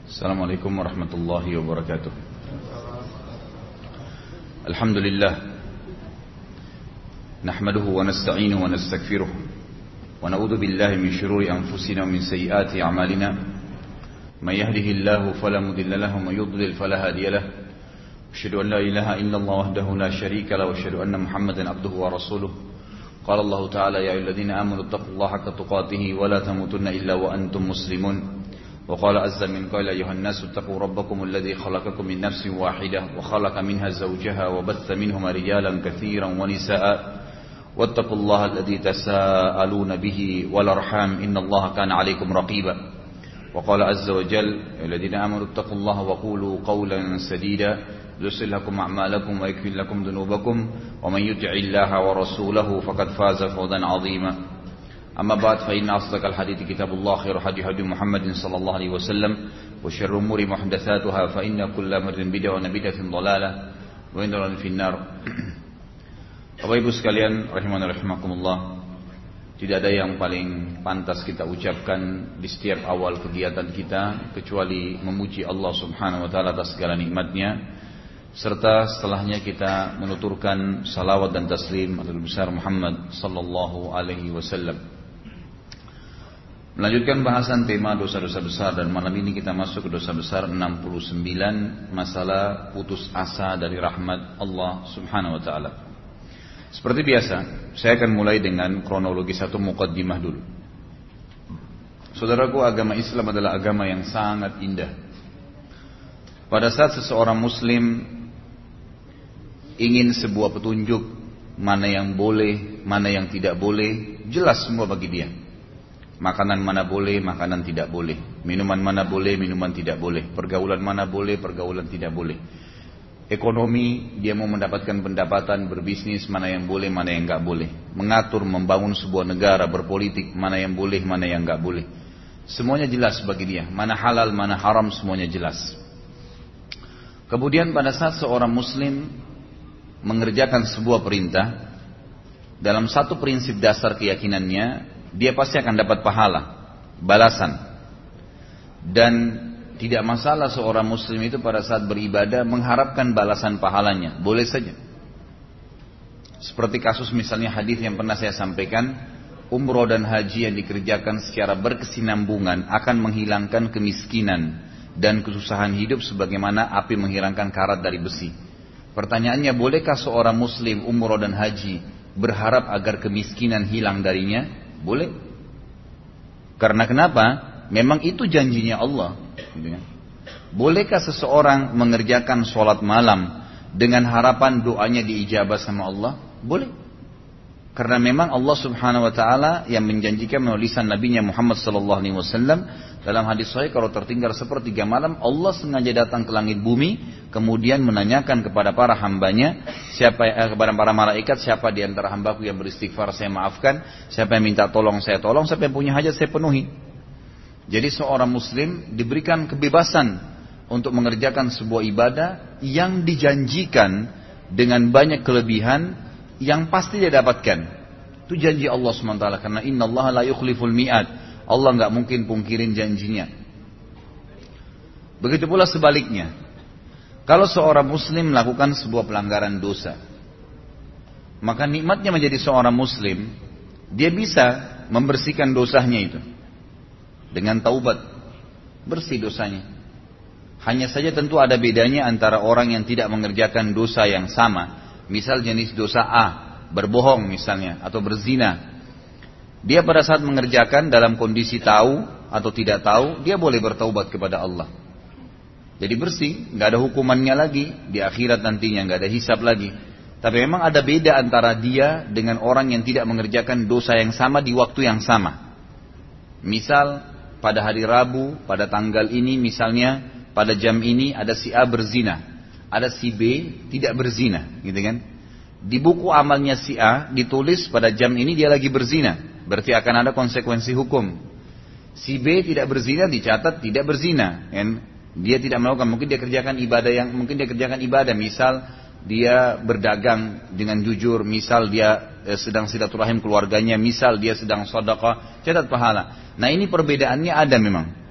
Assalamualaikum warahmatullahi wabarakatuh. Alhamdulillah. Nahmaduhu wa nasta'inuhu wa nastaghfiruh. Wa na'udzu billahi min shururi anfusina wa min sayyiati a'malina. May yahdihillahu fala mudilla lahu wa may yudlil fala hadiya lahu. Asyhadu an la ilaha illallah wahdahu la syarika lahu wa asyhadu anna Muhammadan abduhu wa rasuluh. Qala Allah Ta'ala ya ayyuhalladzina amanu taqullaha haqqa tuqatih wa la tamutunna illa wa antum muslimun. وقال عز من قائل أيها الناس اتقوا ربكم الذي خلقكم من نفس واحدة وخلق منها زوجها وبث منهما رجالا كثيرا ونساء واتقوا الله الذي تساءلون به والأرحام إن الله كان عليكم رقيبا وقال عز وجل الذين آمنوا اتقوا الله وقولوا قولا سديدا يصلح لكم أعمالكم ويغفر لكم ذنوبكم ومن يطع الله ورسوله فقد فاز فوزا عظيما أما بعد فإن أصدق الحديث كتاب الله خير هدي محمد صلى الله عليه وسلم وشر الأمور محدثاتها فإن كل أمر بدعة وبدعة ضلالة وإن ضلالة في النار. Bapak Ibu sekalian rahimani rahimakumullah, tidak ada yang paling pantas kita ucapkan di setiap awal kegiatan kita kecuali memuji Allah Subhanahu wa taala atas segala nikmatnya, serta setelahnya kita menuturkan salawat dan taslim atas besar Muhammad sallallahu alaihi wasallam. Melanjutkan bahasan tema dosa-dosa besar, dan malam ini kita masuk ke dosa besar 69, masalah putus asa dari rahmat Allah Subhanahu wa taala. Seperti biasa, saya akan mulai dengan kronologi satu muqaddimah dulu. Saudaraku, agama Islam adalah agama yang sangat indah. Pada saat seseorang muslim ingin sebuah petunjuk, mana yang boleh, mana yang tidak boleh, jelas semua bagi dia. Makanan mana boleh, makanan tidak boleh. Minuman mana boleh, minuman tidak boleh. Pergaulan mana boleh, pergaulan tidak boleh. Ekonomi, dia mau mendapatkan pendapatan, berbisnis, mana yang boleh, mana yang enggak boleh. Mengatur, membangun sebuah negara, berpolitik, mana yang boleh, mana yang enggak boleh. Semuanya jelas bagi dia. Mana halal, mana haram, semuanya jelas. Kemudian pada saat seorang muslim mengerjakan sebuah perintah, dalam satu prinsip dasar keyakinannya, dia pasti akan dapat pahala, balasan. Dan tidak masalah seorang muslim itu pada saat beribadah mengharapkan balasan pahalanya, boleh saja. Seperti kasus misalnya hadis yang pernah saya sampaikan, umroh dan haji yang dikerjakan secara berkesinambungan akan menghilangkan kemiskinan dan kesusahan hidup sebagaimana api menghilangkan karat dari besi. Pertanyaannya, bolehkah seorang muslim umroh dan haji berharap agar kemiskinan hilang darinya? Boleh. Karena kenapa? Memang itu janjinya Allah. Bolehkah seseorang mengerjakan sholat malam dengan harapan doanya diijabah sama Allah? Boleh. Karena memang Allah Subhanahu wa taala yang menjanjikan melalui lisan Nabi-Nya Muhammad sallallahu alaihi wasallam dalam hadis sahih, kalau tertinggal sepertiga malam, Allah sengaja datang ke langit bumi, kemudian menanyakan kepada para hambanya, kepada para malaikat, siapa di antara hambaku yang beristighfar saya maafkan, siapa yang minta tolong saya tolong, siapa yang punya hajat saya penuhi. Jadi seorang muslim diberikan kebebasan untuk mengerjakan sebuah ibadah yang dijanjikan dengan banyak kelebihan yang pasti dia dapatkan. Itu janji Allah SWT, karena innallaha la yukhliful mi'ad. Allah enggak mungkin pungkirin janjinya. Begitu pula sebaliknya. Kalau seorang muslim melakukan sebuah pelanggaran dosa, maka nikmatnya menjadi seorang muslim, dia bisa membersihkan dosanya itu dengan taubat, bersih dosanya. Hanya saja tentu ada bedanya antara orang yang tidak mengerjakan dosa yang sama. Misal jenis dosa A, berbohong misalnya, atau berzina. Dia pada saat mengerjakan dalam kondisi tahu atau tidak tahu, dia boleh bertaubat kepada Allah. Jadi bersih, nggak ada hukumannya lagi di akhirat nantinya, nggak ada hisab lagi. Tapi memang ada beda antara dia dengan orang yang tidak mengerjakan dosa yang sama di waktu yang sama. Misal pada hari Rabu, pada tanggal ini misalnya, pada jam ini ada si A berzina, ada si B tidak berzina, gitu kan? Di buku amalnya si A ditulis pada jam ini dia lagi berzina. Berarti akan ada konsekuensi hukum. Si B tidak berzina dicatat tidak berzina. Dia tidak melakukan, mungkin dia kerjakan ibadah, misal dia berdagang dengan jujur, misal dia sedang silaturahim keluarganya, misal dia sedang sedekah, catat pahala. Nah ini perbedaannya ada memang.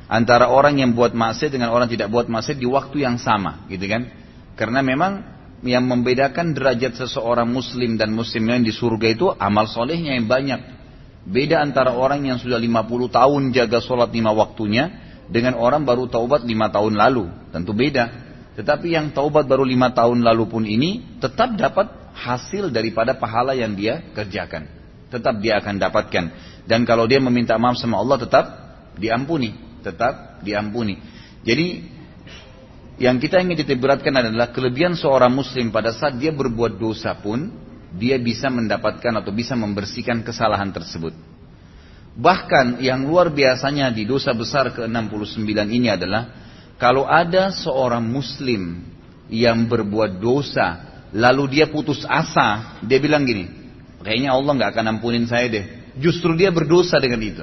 antara orang yang buat maksiat dengan orang tidak buat maksiat di waktu yang sama, gitu kan? Karena memang yang membedakan derajat seseorang muslim dan muslim lain di surga itu amal solehnya yang banyak. Beda antara orang yang sudah 50 tahun jaga sholat 5 waktunya dengan orang baru taubat 5 tahun lalu, tentu beda. Tetapi yang taubat baru 5 tahun lalu pun ini tetap dapat hasil daripada pahala yang dia kerjakan. Tetap dia akan dapatkan. Dan kalau dia meminta maaf sama Allah tetap diampuni. Tetap diampuni. Jadi yang kita ingin ditiberatkan adalah kelebihan seorang muslim pada saat dia berbuat dosa pun dia bisa mendapatkan atau bisa membersihkan kesalahan tersebut. Bahkan yang luar biasanya di dosa besar ke-69 ini adalah kalau ada seorang muslim yang berbuat dosa lalu dia putus asa, dia bilang gini, kayaknya Allah gak akan ampunin saya deh. Justru dia berdosa dengan itu.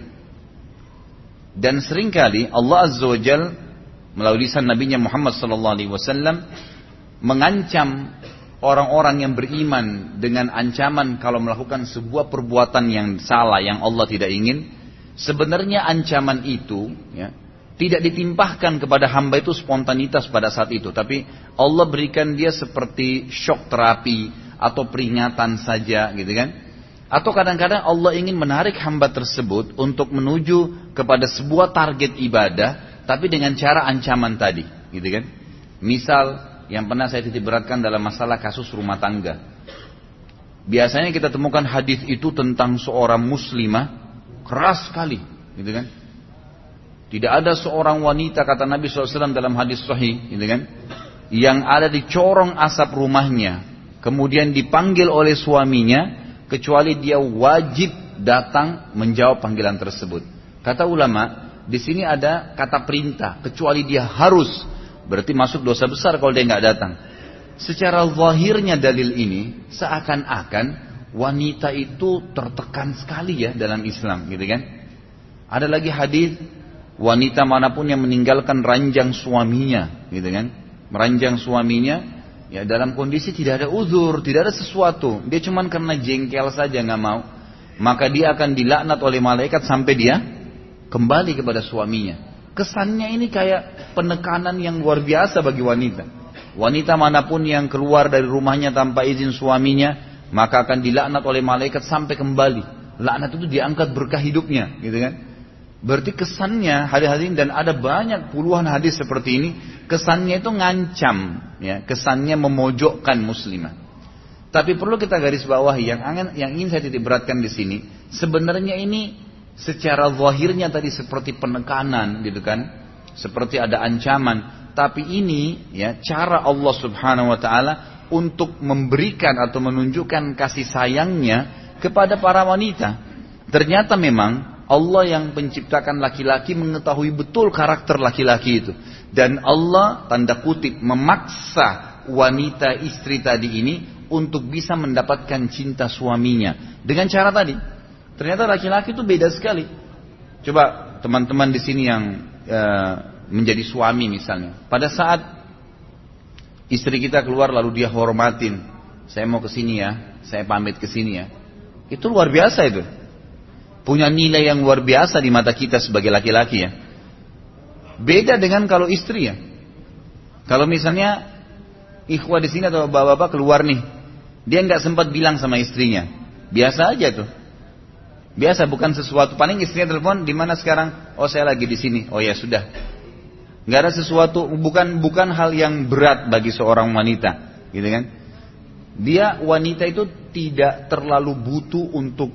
Dan seringkali Allah Azza wa Jal melalui lisan Nabi-Nya Muhammad SAW mengancam orang-orang yang beriman dengan ancaman kalau melakukan sebuah perbuatan yang salah yang Allah tidak ingin. Sebenarnya ancaman itu ya, tidak ditimpahkan kepada hamba itu spontanitas pada saat itu, tapi Allah berikan dia seperti shock terapi atau peringatan saja, gitu kan? Atau kadang-kadang Allah ingin menarik hamba tersebut untuk menuju kepada sebuah target ibadah, tapi dengan cara ancaman tadi, gitu kan? Misal yang pernah saya titik beratkan dalam masalah kasus rumah tangga. Biasanya kita temukan hadis itu tentang seorang muslimah keras sekali, gitu kan? Tidak ada seorang wanita, kata Nabi SAW dalam hadis sahih, gitu kan, yang ada di corong asap rumahnya, kemudian dipanggil oleh suaminya, kecuali dia wajib datang menjawab panggilan tersebut. Kata ulama, di sini ada kata perintah, kecuali dia harus, berarti masuk dosa besar kalau dia nggak datang. Secara zahirnya dalil ini seakan-akan wanita itu tertekan sekali ya dalam Islam, gitu kan? Ada lagi hadis wanita manapun yang meninggalkan ranjang suaminya, gitu kan? Meranjang suaminya. Ya dalam kondisi tidak ada uzur, tidak ada sesuatu, dia cuma karena jengkel saja nggak mau, maka dia akan dilaknat oleh malaikat sampai dia kembali kepada suaminya. Kesannya ini kayak penekanan yang luar biasa bagi wanita. Wanita manapun yang keluar dari rumahnya tanpa izin suaminya, maka akan dilaknat oleh malaikat sampai kembali. Laknat itu diangkat berkah hidupnya, gitu kan? Berarti kesannya hadis-hadis, dan ada banyak puluhan hadis seperti ini, kesannya itu ngancam, ya, kesannya memojokkan muslimah. Tapi perlu kita garis bawahi yang ingin saya titik beratkan di sini, sebenarnya ini secara zahirnya tadi seperti penekanan, gitu kan, seperti ada ancaman. Tapi ini, ya, cara Allah Subhanahu Wa Taala untuk memberikan atau menunjukkan kasih sayangnya kepada para wanita. Ternyata memang Allah yang penciptakan laki-laki mengetahui betul karakter laki-laki itu. Dan Allah tanda kutip memaksa wanita istri tadi ini untuk bisa mendapatkan cinta suaminya. Dengan cara tadi. Ternyata laki-laki itu beda sekali. Coba teman-teman di sini yang menjadi suami misalnya. Pada saat istri kita keluar lalu dia hormatin. Saya mau kesini ya, saya pamit kesini ya. Itu luar biasa itu. Punya nilai yang luar biasa di mata kita sebagai laki-laki ya. Beda dengan kalau istri ya. Kalau misalnya ikhwah di sini atau bapak-bapak keluar nih, dia nggak sempat bilang sama istrinya, biasa aja tuh. Biasa, bukan sesuatu. Paling istrinya telepon, di mana sekarang? Oh saya lagi di sini. Oh ya sudah. Nggak ada sesuatu, bukan hal yang berat bagi seorang wanita, gitu kan? Dia wanita itu tidak terlalu butuh untuk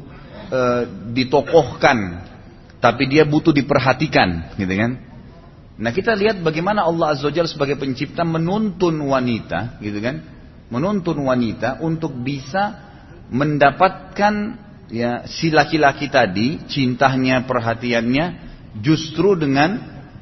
ditokohkan, tapi dia butuh diperhatikan, gitu kan? Nah kita lihat bagaimana Allah Azza wa Jalla sebagai pencipta menuntun wanita, gitu kan? Menuntun wanita untuk bisa mendapatkan ya si laki-laki tadi, cintanya, perhatiannya, justru dengan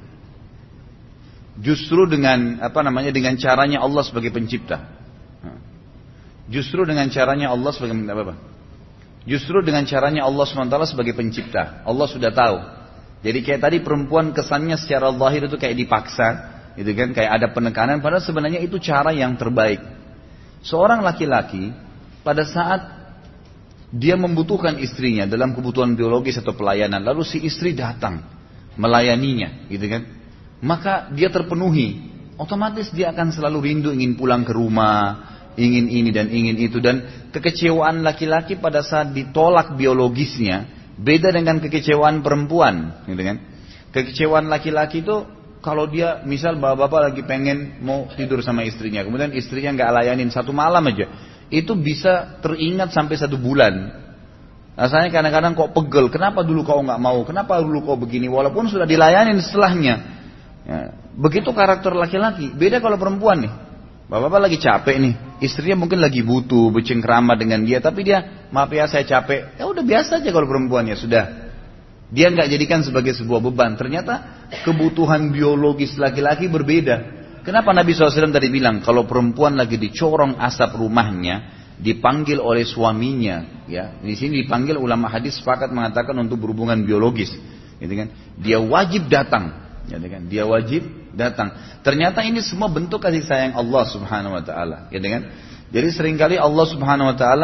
dengan caranya Allah sebagai pencipta. Justru dengan caranya Allah sebagai Justru dengan caranya Allah SWT sebagai pencipta. Allah sudah tahu. Jadi kayak tadi perempuan kesannya secara zahir itu kayak dipaksa, gitu kan? Kayak ada penekanan, padahal sebenarnya itu cara yang terbaik. Seorang laki-laki pada saat dia membutuhkan istrinya dalam kebutuhan biologis atau pelayanan, lalu si istri datang melayaninya, gitu kan? Maka dia terpenuhi, otomatis dia akan selalu rindu ingin pulang ke rumah, ingin ini dan ingin itu. Dan kekecewaan laki-laki pada saat ditolak biologisnya beda dengan kekecewaan perempuan, gitu kan? Kekecewaan laki-laki itu kalau dia misal bapak-bapak lagi pengen mau tidur sama istrinya, kemudian istrinya nggak layanin 1 malam aja, itu bisa teringat sampai 1 bulan. Rasanya kadang-kadang kok pegel, kenapa dulu kau nggak mau, kenapa dulu kau begini, walaupun sudah dilayanin setelahnya. Ya, begitu karakter laki-laki. Beda kalau perempuan nih, bapak-bapak lagi capek nih, istrinya mungkin lagi butuh bercengkrama dengan dia, tapi dia maaf ya saya capek, ya udah biasa aja. Kalau perempuan ya sudah, dia nggak jadikan sebagai sebuah beban. Ternyata kebutuhan biologis laki-laki berbeda. Kenapa Nabi SAW tadi bilang kalau perempuan lagi dicorong asap rumahnya, dipanggil oleh suaminya, ya. Di sini dipanggil, ulama hadis sepakat mengatakan untuk berhubungan biologis, gitu kan. Dia wajib datang, gitu kan. Dia wajib datang. Ternyata ini semua bentuk kasih sayang Allah Subhanahu wa taala, gitu kan. Jadi seringkali Allah Subhanahu wa taala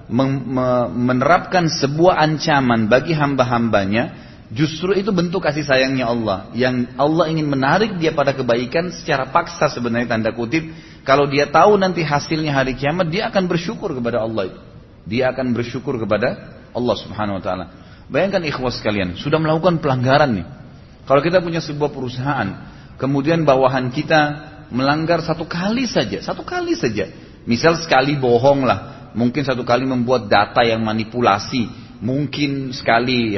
menerapkan sebuah ancaman bagi hamba-hambanya, justru itu bentuk kasih sayangnya Allah, yang Allah ingin menarik dia pada kebaikan secara paksa sebenarnya, tanda kutip. Kalau dia tahu nanti hasilnya hari kiamat, dia akan bersyukur kepada Allah itu. Dia akan bersyukur kepada Allah Subhanahu wa taala. Bayangkan ikhwas sekalian, sudah melakukan pelanggaran nih. Kalau kita punya sebuah perusahaan, kemudian bawahan kita melanggar 1 kali saja, 1 kali saja. Misal sekali bohong lah, mungkin 1 kali membuat data yang manipulasi, mungkin sekali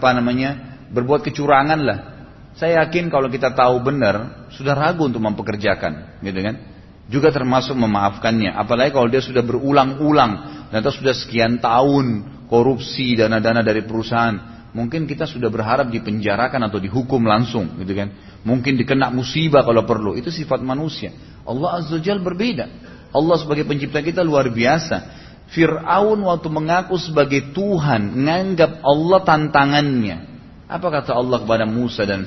berbuat kecurangan lah. Saya yakin kalau kita tahu benar, sudah ragu untuk mempekerjakan, gitu kan? Juga termasuk memaafkannya. Apalagi kalau dia sudah berulang-ulang, ternyata sudah sekian tahun korupsi dana-dana dari perusahaan, mungkin kita sudah berharap dipenjarakan atau dihukum langsung, gitu kan? Mungkin dikena musibah kalau perlu. Itu sifat manusia. Allah Azza wa Jalla berbeda. Allah sebagai pencipta kita luar biasa. Fir'aun waktu mengaku sebagai Tuhan, menganggap Allah tantangannya. Apa kata Allah kepada Musa dan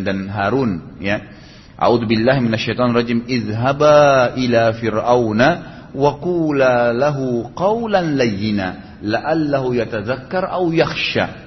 Harun? Ya, A'udzubillahi minasyaitonir rajim. Idhaba ila fir'auna wa qula lahu qawlan layyina la'allahu yatadzakkar aw yakhsha.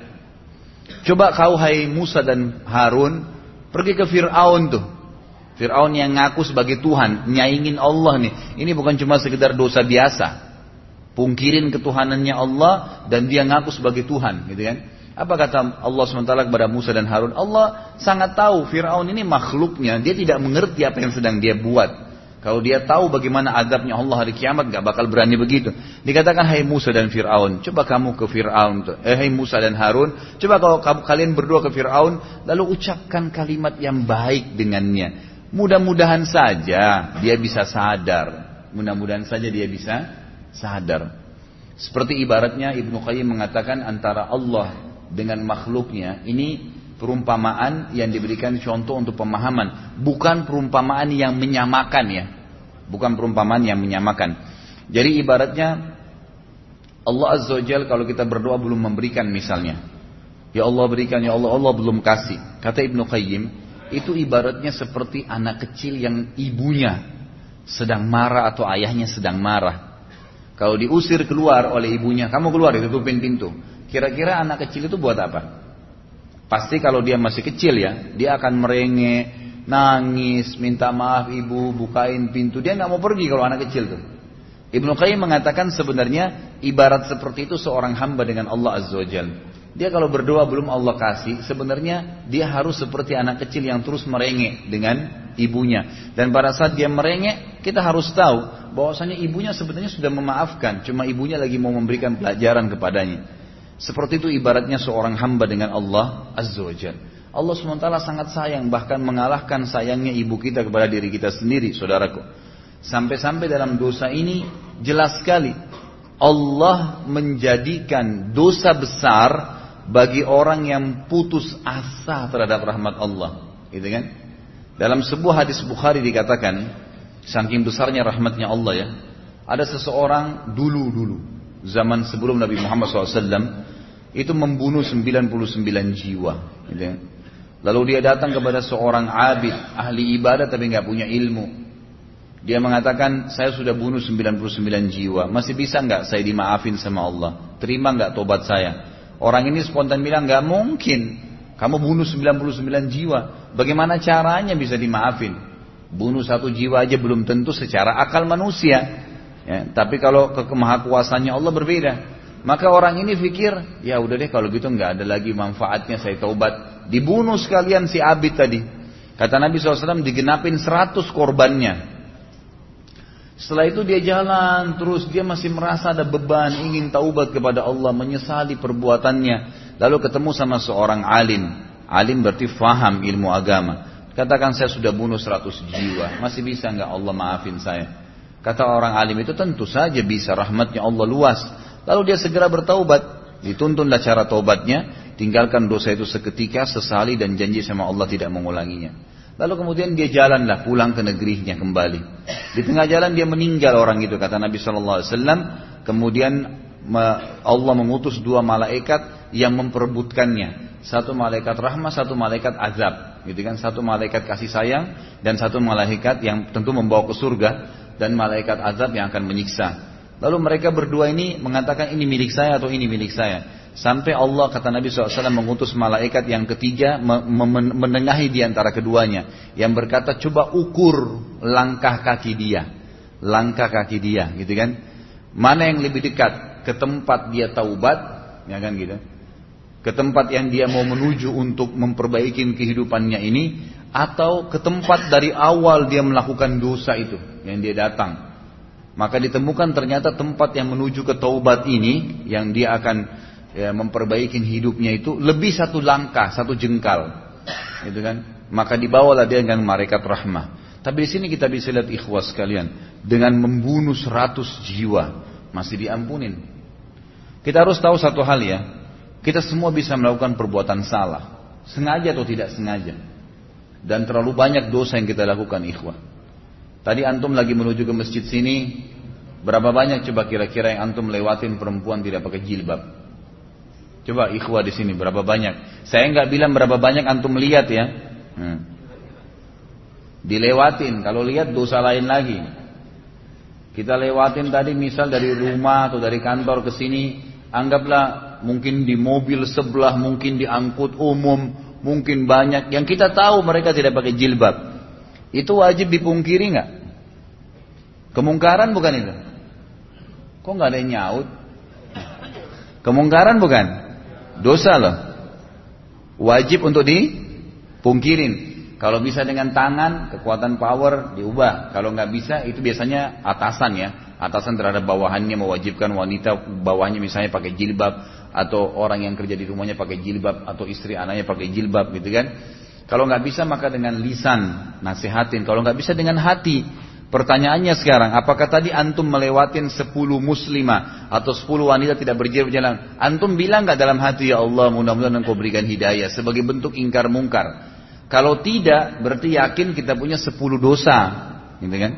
Coba kau hai Musa dan Harun pergi ke Fir'aun tuh. Fir'aun yang ngaku sebagai Tuhan, nyaingin Allah nih. Ini bukan cuma sekedar dosa biasa, pungkirin ketuhanannya Allah dan dia ngaku sebagai Tuhan, gitu kan? Apa kata Allah SWT kepada Musa dan Harun? Allah sangat tahu Fir'aun ini makhluknya, dia tidak mengerti apa yang sedang dia buat. Kalau dia tahu bagaimana adabnya Allah hari kiamat, gak bakal berani begitu. Dikatakan, hai Musa dan Fir'aun, coba kamu ke Fir'aun, hai Musa dan Harun, coba kalau kalian berdua ke Fir'aun, lalu ucapkan kalimat yang baik dengannya. Mudah-mudahan saja dia bisa sadar. Mudah-mudahan saja dia bisa sadar. Seperti ibaratnya Ibnu Qayyim mengatakan antara Allah dengan makhluknya, ini perumpamaan yang diberikan contoh untuk pemahaman, bukan perumpamaan yang menyamakan ya. Bukan perumpamaan yang menyamakan. Jadi ibaratnya Allah Azza wa Jalla kalau kita berdoa belum memberikan misalnya, ya Allah berikan, ya Allah, Allah belum kasih. Kata Ibnu Qayyim, itu ibaratnya seperti anak kecil yang ibunya sedang marah atau ayahnya sedang marah. Kalau diusir keluar oleh ibunya, kamu keluar, ditutupin pintu. Kira-kira anak kecil itu buat apa? Pasti kalau dia masih kecil ya, dia akan merengek, nangis, minta maaf ibu, bukain pintu. Dia nggak mau pergi kalau anak kecil tuh. Ibnu Qayyim mengatakan sebenarnya ibarat seperti itu seorang hamba dengan Allah Azza wa Jalla. Dia kalau berdoa belum Allah kasih, sebenarnya dia harus seperti anak kecil yang terus merengek dengan ibunya. Dan pada saat dia merengek, kita harus tahu bahwasanya ibunya sebenarnya sudah memaafkan, cuma ibunya lagi mau memberikan pelajaran kepadanya. Seperti itu ibaratnya seorang hamba dengan Allah Azza wa Jalla. Allah SWT sangat sayang, bahkan mengalahkan sayangnya ibu kita kepada diri kita sendiri, saudaraku. Sampai-sampai dalam dosa ini jelas sekali Allah menjadikan dosa besar bagi orang yang putus asa terhadap rahmat Allah, gitu kan? Dalam sebuah hadis Bukhari dikatakan, saking besarnya rahmatnya Allah ya, ada seseorang dulu zaman sebelum Nabi Muhammad SAW itu membunuh 99 jiwa, gitu kan? Lalu dia datang kepada seorang abid, ahli ibadah tapi nggak punya ilmu. Dia mengatakan, saya sudah bunuh 99 jiwa, masih bisa nggak saya dimaafin sama Allah? Terima nggak tobat saya? Orang ini spontan bilang, nggak mungkin. Kamu bunuh 99 jiwa, bagaimana caranya bisa dimaafin? Bunuh 1 jiwa aja belum tentu secara akal manusia. Ya, tapi kalau kemahakuasaannya Allah berbeda. Maka orang ini pikir, ya udah deh kalau gitu nggak ada lagi manfaatnya saya taubat. Dibunuh sekalian si Abid tadi. Kata Nabi SAW digenapin 100 korbannya. Setelah itu dia jalan terus, dia masih merasa ada beban, ingin taubat kepada Allah, menyesali perbuatannya. Lalu ketemu sama seorang alim. Alim berarti faham ilmu agama. Katakan saya sudah bunuh 100 jiwa, masih bisa nggak Allah maafin saya? Kata orang alim itu tentu saja bisa, rahmatnya Allah luas. Lalu dia segera bertaubat, dituntunlah cara taubatnya, tinggalkan dosa itu seketika, sesali dan janji sama Allah tidak mengulanginya. Lalu kemudian dia jalanlah pulang ke negerinya kembali. Di tengah jalan dia meninggal orang itu, kata Nabi SAW. Kemudian Allah mengutus 2 malaikat yang memperebutkannya. 1 malaikat rahmat, 1 malaikat azab. Gitu kan? 1 malaikat kasih sayang dan 1 malaikat yang tentu membawa ke surga, dan malaikat azab yang akan menyiksa. Lalu mereka berdua ini mengatakan ini milik saya atau ini milik saya. Sampai Allah, kata Nabi SAW, mengutus malaikat yang ketiga menengahi di antara keduanya. Yang berkata, coba ukur langkah kaki dia. Langkah kaki dia, gitu kan. Mana yang lebih dekat? Ke tempat dia taubat, ya kan gitu. Ke tempat yang dia mau menuju untuk memperbaiki kehidupannya ini. Atau ke tempat dari awal dia melakukan dosa itu, yang dia datang. Maka ditemukan ternyata tempat yang menuju ke taubat ini, yang dia akan memperbaiki hidupnya itu lebih 1 langkah, 1 jengkal, gitu kan? Maka dibawalah dia dengan malaikat rahmah. Tapi di sini kita bisa lihat ikhwas sekalian, dengan membunuh 100 jiwa masih diampunin. Kita harus tahu satu hal ya, kita semua bisa melakukan perbuatan salah, sengaja atau tidak sengaja, dan terlalu banyak dosa yang kita lakukan ikhwah. Tadi antum lagi menuju ke masjid sini, berapa banyak coba kira-kira yang antum lewatin perempuan tidak pakai jilbab? Coba ikhwah di sini berapa banyak? Saya nggak bilang berapa banyak antum lihat ya. Dilewatin, kalau lihat dosa lain lagi. Kita lewatin tadi misal dari rumah atau dari kantor ke sini, anggaplah mungkin di mobil sebelah, mungkin di angkut umum, mungkin banyak yang kita tahu mereka tidak pakai jilbab. Itu wajib dipungkiri nggak? Kemungkaran bukan itu? Kok nggak ada yang nyaut? Kemungkaran bukan? Dosa loh. Wajib untuk dipungkirin. Kalau bisa dengan tangan, kekuatan power diubah. Kalau nggak bisa, itu biasanya atasan ya. Atasan terhadap bawahannya mewajibkan wanita bawahnya misalnya pakai jilbab, atau orang yang kerja di rumahnya pakai jilbab, atau istri anaknya pakai jilbab gitu kan. Kalau nggak bisa maka dengan lisan nasihatin. Kalau nggak bisa dengan hati. Pertanyaannya sekarang, apakah tadi antum melewatin 10 muslimah atau 10 wanita tidak berjalan? Antum bilang nggak dalam hati, ya Allah mudah-mudahan engkau berikan hidayah sebagai bentuk ingkar mungkar? Kalau tidak, berarti yakin kita punya 10 dosa, gitu kan?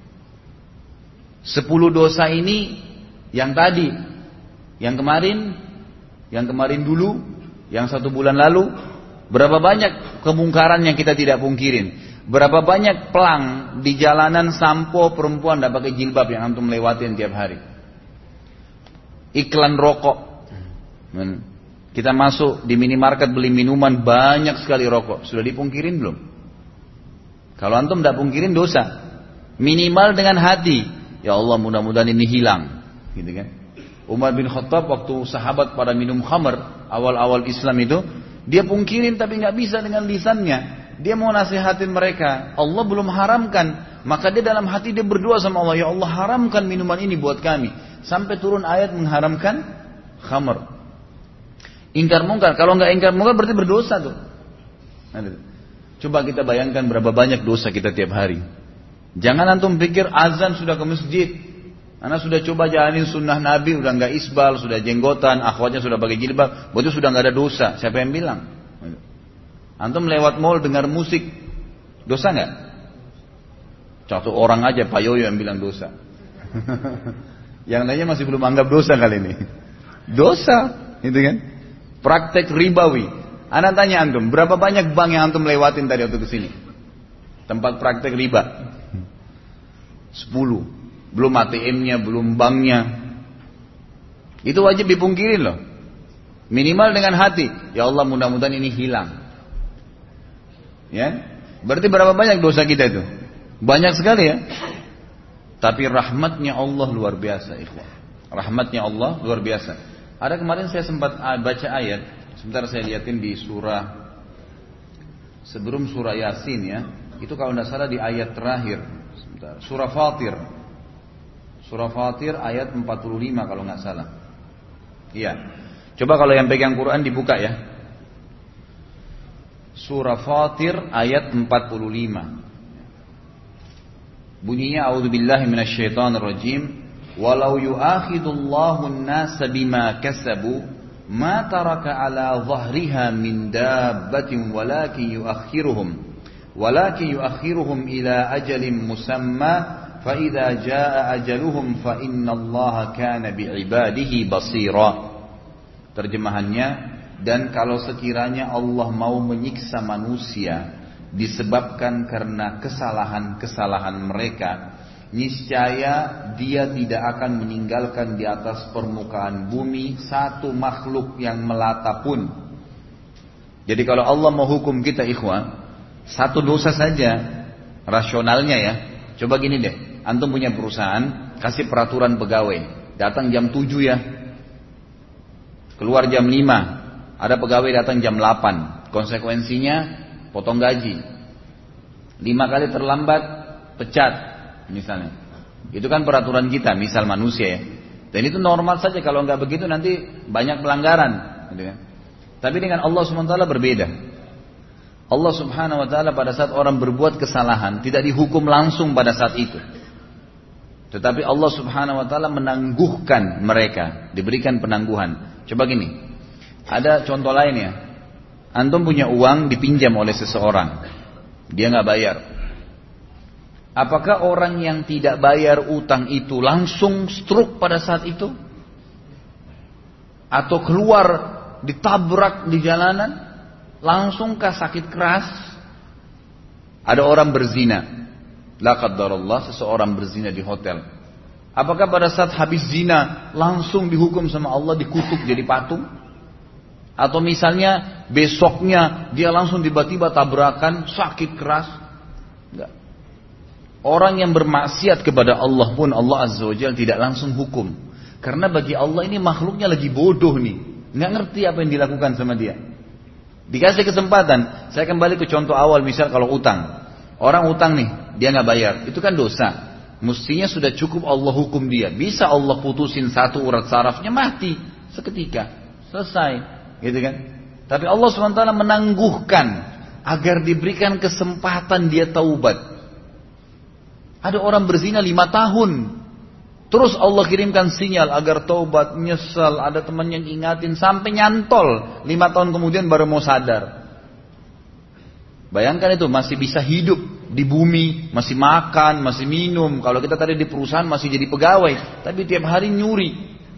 10 dosa ini yang tadi, yang kemarin dulu, yang 1 bulan lalu, berapa banyak kemungkaran yang kita tidak pungkirin? Berapa banyak pelang di jalanan sampo perempuan tidak pakai jilbab yang antum lewatin tiap hari? Iklan rokok. Kita masuk di minimarket beli minuman, banyak sekali rokok. Sudah dipungkirin belum? Kalau antum tidak pungkirin dosa. Minimal dengan hati. Ya Allah mudah-mudahan ini hilang. Gitu kan? Umar bin Khattab waktu sahabat pada minum khamr awal-awal Islam itu, dia pungkirin tapi nggak bisa dengan lisannya. Dia mau nasihatin mereka, Allah belum haramkan, maka dia dalam hati dia berdoa sama Allah, ya Allah haramkan minuman ini buat kami, sampai turun ayat mengharamkan khamr. Ingkar mungkar, kalau nggak ingkar mungkar berarti berdosa tuh. Coba kita bayangkan berapa banyak dosa kita tiap hari. Jangan antum pikir azan sudah ke masjid, anak sudah coba jalanin sunnah Nabi, udah nggak isbal, sudah jenggotan, akhwatnya sudah pakai jilbab, berarti sudah nggak ada dosa. Siapa yang bilang? Antum lewat mall dengar musik, dosa nggak? Satu orang aja Pak Yoyo yang bilang dosa. Yang lainnya masih belum anggap dosa kali ini. Dosa, gitu kan? Praktek ribawi. Anak tanya antum, berapa banyak bank yang antum lewatin tadi waktu kesini? Tempat praktek riba. 10. Belum ATM-nya, belum banknya. Itu wajib dipungkirin loh. Minimal dengan hati, ya Allah mudah-mudahan ini hilang. Ya, berarti berapa banyak dosa kita itu? Banyak sekali ya. Tapi rahmatnya Allah luar biasa, ikhwan. Rahmatnya Allah luar biasa. Ada kemarin saya sempat baca ayat, sebentar saya lihatin di surah, sebelum surah Yasin ya. Itu kalau tidak salah di ayat terakhir. Sebentar. Surah Fatir. Surah Fatir ayat 45 kalau nggak salah. Iya. Coba kalau yang pegang Quran dibuka ya. Surah Fatir ayat 45. Bunyinya a'udzubillahi minasyaitonirrajim. Walau yu'akhidullahu an-nasa bima kasabu ma taraka ala dhahriha min dabbatin walakin yuakhiruhum ila ajalin musamma fa idza jaa ajaluhum fa innallaha kana bi'ibadihi basira. Terjemahannya, dan kalau sekiranya Allah mau menyiksa manusia disebabkan karena kesalahan-kesalahan mereka, niscaya Dia tidak akan meninggalkan di atas permukaan bumi satu makhluk yang melata pun. Jadi kalau Allah mau hukum kita ikhwan, satu dosa saja, rasionalnya ya. Coba gini deh, antum punya perusahaan, kasih peraturan pegawai, datang jam 7 ya, keluar jam 5, ada pegawai datang jam 8, konsekuensinya potong gaji, 5 kali terlambat pecat misalnya. Itu kan peraturan kita, misal manusia ya. Dan itu normal saja, kalau nggak begitu nanti banyak pelanggaran gitu kan. Tapi dengan Allah SWT berbeda. Allah Subhanahu wa ta'ala pada saat orang berbuat kesalahan tidak dihukum langsung pada saat itu, tetapi Allah Subhanahu wa ta'ala menangguhkan mereka, diberikan penangguhan. Coba gini, ada contoh lain ya. Antum punya uang dipinjam oleh seseorang, dia nggak bayar. Apakah orang yang tidak bayar utang itu langsung stroke pada saat itu? Atau keluar ditabrak di jalanan? Langsungkah sakit keras? Ada orang berzina, la qaddarallah, seseorang berzina di hotel. Apakah pada saat habis zina langsung dihukum sama Allah, dikutuk jadi patung? Atau misalnya besoknya dia langsung tiba-tiba tabrakan, sakit keras? Enggak. Orang yang bermaksiat kepada Allah pun Allah Azza wa Jalla tidak langsung hukum. Karena bagi Allah ini makhluknya lagi bodoh nih, nggak ngerti apa yang dilakukan sama dia. Dikasih kesempatan. Saya kembali ke contoh awal, misal kalau utang, orang utang nih, dia nggak bayar, itu kan dosa. Mestinya sudah cukup Allah hukum dia. Bisa Allah putusin satu urat sarafnya, mati seketika, selesai, gitu kan? Tapi Allah SWT menangguhkan agar diberikan kesempatan dia taubat. Ada orang berzina 5 tahun, terus Allah kirimkan sinyal agar taubat, menyesal. Ada teman yang ingatin sampai nyantol, 5 tahun kemudian baru mau sadar. Bayangkan itu, masih bisa hidup di bumi, masih makan, masih minum. Kalau kita tadi di perusahaan masih jadi pegawai, tapi tiap hari nyuri.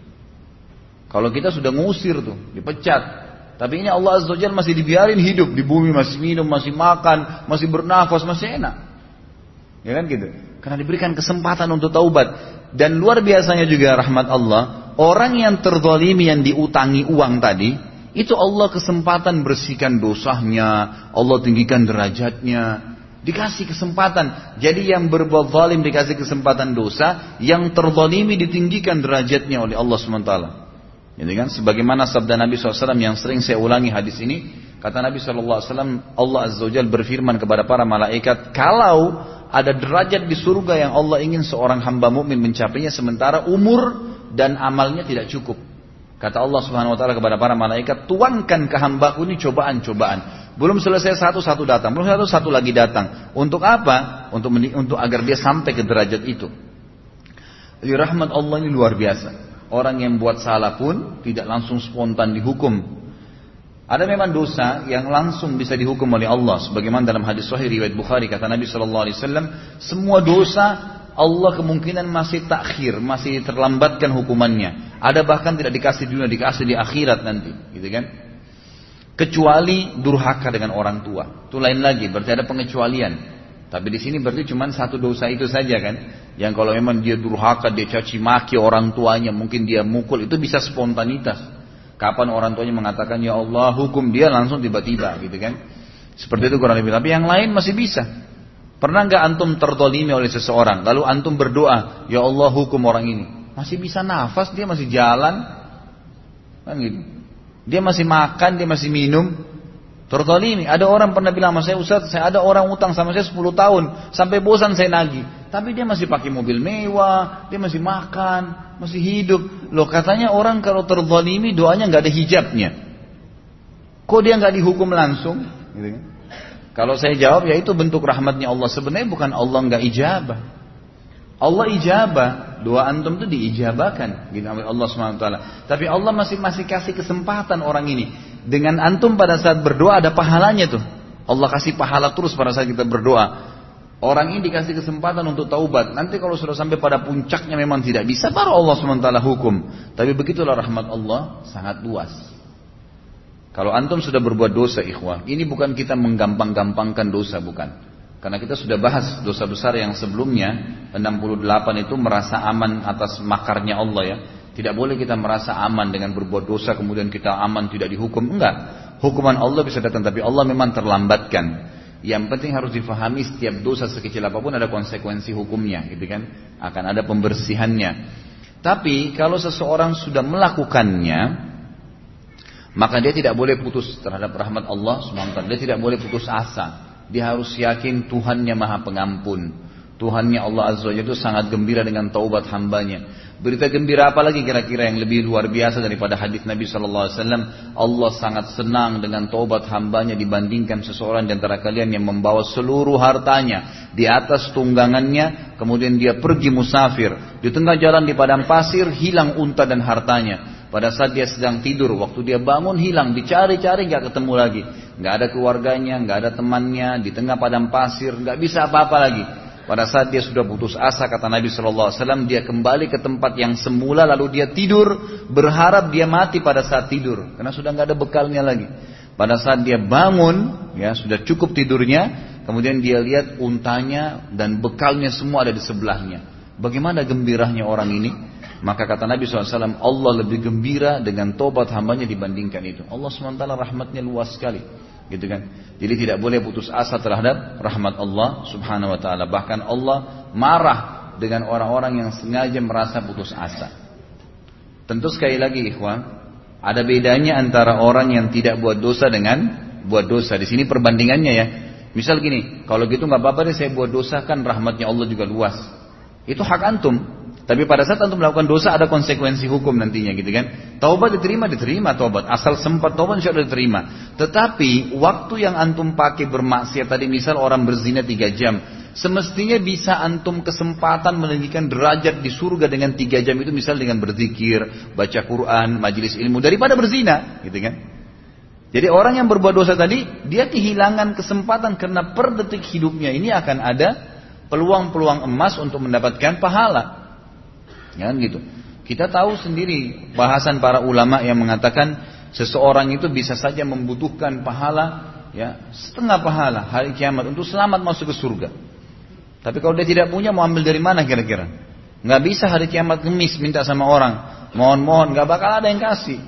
Kalau kita sudah ngusir tuh, dipecat. Tapi ini Allah Azza wa Jalla masih dibiarin hidup di bumi, masih minum, masih makan, masih bernafas, masih enak. Ya kan gitu. Karena diberikan kesempatan untuk taubat. Dan luar biasanya juga rahmat Allah, orang yang terzalimi, yang diutangi uang tadi, itu Allah kesempatan bersihkan dosanya, Allah tinggikan derajatnya, dikasih kesempatan. Jadi yang berbuat zalim dikasih kesempatan dosa, yang terzalimi ditinggikan derajatnya oleh Allah SWT. Jadi kan, sebagaimana sabda Nabi SAW yang sering saya ulangi hadis ini, kata Nabi SAW, Allah Azza wa Jalla berfirman kepada para malaikat, kalau ada derajat di surga yang Allah ingin seorang hamba mukmin mencapainya, sementara umur dan amalnya tidak cukup. Kata Allah Subhanahu wa taala kepada para malaikat, tuangkan ke hambaku ini cobaan-cobaan. Belum selesai satu datang, belum satu lagi datang. Untuk apa? Untuk agar dia sampai ke derajat itu. Jadi rahmat Allah ini luar biasa. Orang yang buat salah pun tidak langsung spontan dihukum. Ada memang dosa yang langsung bisa dihukum oleh Allah. Sebagaimana dalam hadis sahih riwayat Bukhari, kata Nabi SAW, semua dosa Allah kemungkinan masih takhir, masih terlambatkan hukumannya. Ada bahkan tidak dikasih di dunia, dikasih di akhirat nanti, gitu kan? Kecuali durhaka dengan orang tua, itu lain lagi, berarti ada pengecualian. Tapi di sini berarti cuma satu dosa itu saja kan? Yang kalau memang dia durhaka, dia caci maki orang tuanya, mungkin dia mukul, itu bisa spontanitas. Kapan orang tuanya mengatakan ya Allah hukum dia, langsung tiba-tiba gitu kan. Seperti itu kurang lebih. Tapi yang lain masih bisa. Pernah nggak antum terzalimi oleh seseorang, lalu antum berdoa, ya Allah hukum orang ini, masih bisa nafas, dia masih jalan, kan gitu. Dia masih makan, dia masih minum, terzalimi. Ada orang pernah bilang sama saya, Ustaz, saya ada orang utang sama saya 10 tahun, sampai bosan saya nagih. Tapi dia masih pakai mobil mewah, dia masih makan, masih hidup. Loh katanya orang kalau terzalimi doanya nggak ada hijabnya. Kok dia nggak dihukum langsung? Gitu kan? Kalau saya jawab ya itu bentuk rahmatnya Allah. Sebenarnya bukan Allah nggak ijabah. Allah ijabah, doa antum itu diijabahkan gitu oleh Allah SWT. Tapi Allah masih kasih kesempatan orang ini. Dengan antum pada saat berdoa ada pahalanya tuh. Allah kasih pahala terus pada saat kita berdoa. Orang ini dikasih kesempatan untuk taubat. Nanti kalau sudah sampai pada puncaknya memang tidak bisa, baru Allah SWT hukum. Tapi begitulah rahmat Allah sangat luas. Kalau antum sudah berbuat dosa ikhwah, ini bukan kita menggampang-gampangkan dosa, bukan. Karena kita sudah bahas dosa besar yang sebelumnya, 68 itu merasa aman atas makarnya Allah ya. Tidak boleh kita merasa aman dengan berbuat dosa kemudian kita aman tidak dihukum, enggak. Hukuman Allah bisa datang, tapi Allah memang terlambatkan. Yang penting harus difahami setiap dosa sekecil apapun ada konsekuensi hukumnya, gitu kan? Akan ada pembersihannya. Tapi kalau seseorang sudah melakukannya, maka dia tidak boleh putus terhadap rahmat Allah SWT. Dia tidak boleh putus asa. Dia harus yakin Tuhannya Maha Pengampun. Tuhannya Allah Azza wa Jalla itu sangat gembira dengan taubat hambanya. Berita gembira apa lagi kira-kira yang lebih luar biasa daripada hadis Nabi SAW? Allah sangat senang dengan taubat hambanya dibandingkan seseorang di antara kalian yang membawa seluruh hartanya di atas tunggangannya, kemudian dia pergi musafir. Di tengah jalan di padang pasir hilang unta dan hartanya. Pada saat dia sedang tidur, waktu dia bangun hilang, dicari-cari nggak ketemu lagi, nggak ada keluarganya, nggak ada temannya, di tengah padang pasir, nggak bisa apa-apa lagi. Pada saat dia sudah putus asa, kata Nabi SAW, dia kembali ke tempat yang semula, lalu dia tidur, berharap dia mati pada saat tidur, karena sudah nggak ada bekalnya lagi. Pada saat dia bangun, ya sudah cukup tidurnya, kemudian dia lihat untanya dan bekalnya semua ada di sebelahnya. Bagaimana gembiranya orang ini? Maka kata Nabi SAW, Allah lebih gembira dengan tobat hambanya dibandingkan itu. Allah SWT rahmatnya luas sekali, gitu kan. Jadi tidak boleh putus asa terhadap rahmat Allah Subhanahu Wa Taala. Bahkan Allah marah dengan orang-orang yang sengaja merasa putus asa. Tentu sekali lagi ikhwan, ada bedanya antara orang yang tidak buat dosa dengan buat dosa. Di sini perbandingannya ya. Misal gini, kalau gitu nggak apa-apa deh saya buat dosa, kan rahmatnya Allah juga luas. Itu hak antum. Tapi pada saat antum melakukan dosa ada konsekuensi hukum nantinya gitu kan. Taubat diterima taubat. Asal sempat taubat insya Allah diterima. Tetapi waktu yang antum pakai bermaksiat tadi, misal orang berzina 3 jam. Semestinya bisa antum kesempatan meninggikan derajat di surga dengan 3 jam itu, misal dengan berzikir, baca Quran, majelis ilmu, daripada berzina gitu kan. Jadi orang yang berbuat dosa tadi, dia kehilangan kesempatan karena per detik hidupnya ini akan ada peluang-peluang emas untuk mendapatkan pahala. Ya gitu. Kita tahu sendiri bahasan para ulama yang mengatakan seseorang itu bisa saja membutuhkan pahala, ya setengah pahala hari kiamat untuk selamat masuk ke surga. Tapi kalau dia tidak punya, mau ambil dari mana kira-kira? Nggak bisa hari kiamat ngemis minta sama orang, mohon-mohon, nggak bakal ada yang kasih.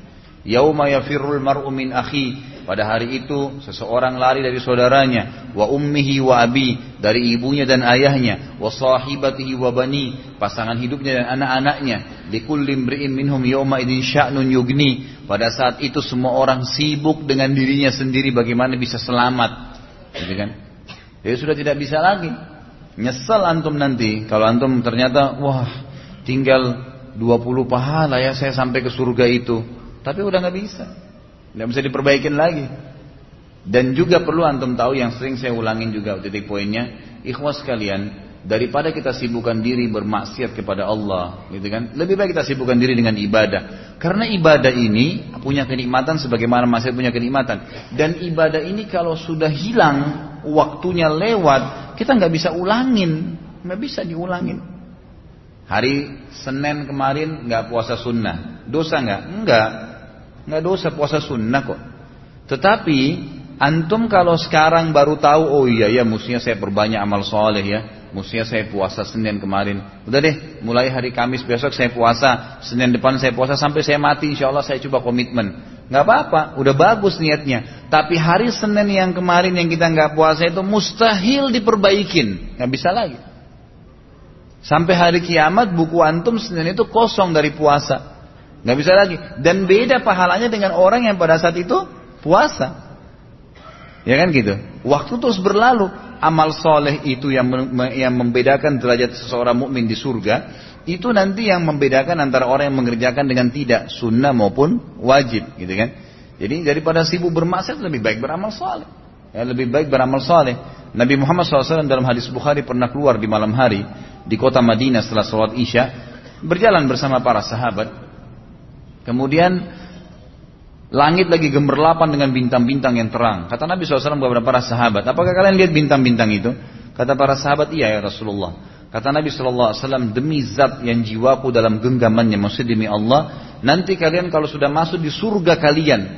Yauma yafirrul mar'u min akhi. Pada hari itu seseorang lari dari saudaranya, wa ummihi wa abi, dari ibunya dan ayahnya, wa sahibatihi wa bani, pasangan hidupnya dan anak-anaknya. Likulli imri'in minhum yawma idin sya'nun yugni. Pada saat itu semua orang sibuk dengan dirinya sendiri bagaimana bisa selamat. Gitu kan? Jadi sudah tidak bisa lagi. Nyesal antum nanti kalau antum ternyata wah tinggal 20 pahala ya saya sampai ke surga itu. Tapi udah nggak bisa. Tidak bisa diperbaikin lagi. Dan juga perlu antum tahu yang sering saya ulangin juga titik poinnya, ikhwas sekalian, daripada kita sibukkan diri bermaksiat kepada Allah, gitu kan? Lebih baik kita sibukkan diri dengan ibadah. Karena ibadah ini punya kenikmatan sebagaimana maksiat punya kenikmatan. Dan ibadah ini kalau sudah hilang, waktunya lewat, kita nggak bisa ulangin, nggak bisa diulangin. Hari Senin kemarin nggak puasa sunnah, dosa nggak? Nggak dosa, puasa sunnah kok. Tetapi antum kalau sekarang baru tahu, oh iya ya mestinya saya perbanyak amal soleh ya, mestinya saya puasa Senin kemarin. Udah deh, mulai hari Kamis besok saya puasa, Senin depan saya puasa sampai saya mati, insya Allah saya coba komitmen. Nggak apa-apa, udah bagus niatnya. Tapi hari Senin yang kemarin yang kita nggak puasa itu mustahil diperbaikin, nggak bisa lagi. Sampai hari kiamat buku antum Senin itu kosong dari puasa, nggak bisa lagi. Dan beda pahalanya dengan orang yang pada saat itu puasa. Ya kan gitu. Waktu terus berlalu. Amal soleh itu yang membedakan derajat seseorang mukmin di surga. Itu nanti yang membedakan antara orang yang mengerjakan dengan tidak, sunnah maupun wajib, gitu kan. Jadi daripada sibuk bermaksiat lebih baik beramal soleh. Ya, lebih baik beramal soleh. Nabi Muhammad SAW dalam hadis Bukhari pernah keluar di malam hari di kota Madinah setelah sholat Isya, berjalan bersama para sahabat. Kemudian langit lagi gemerlapan dengan bintang-bintang yang terang. Kata Nabi SAW kepada para sahabat, apakah kalian lihat bintang-bintang itu? Kata para sahabat, iya ya Rasulullah. Kata Nabi SAW, demi zat yang jiwaku dalam genggamannya, maksud demi Allah, nanti kalian kalau sudah masuk di surga kalian,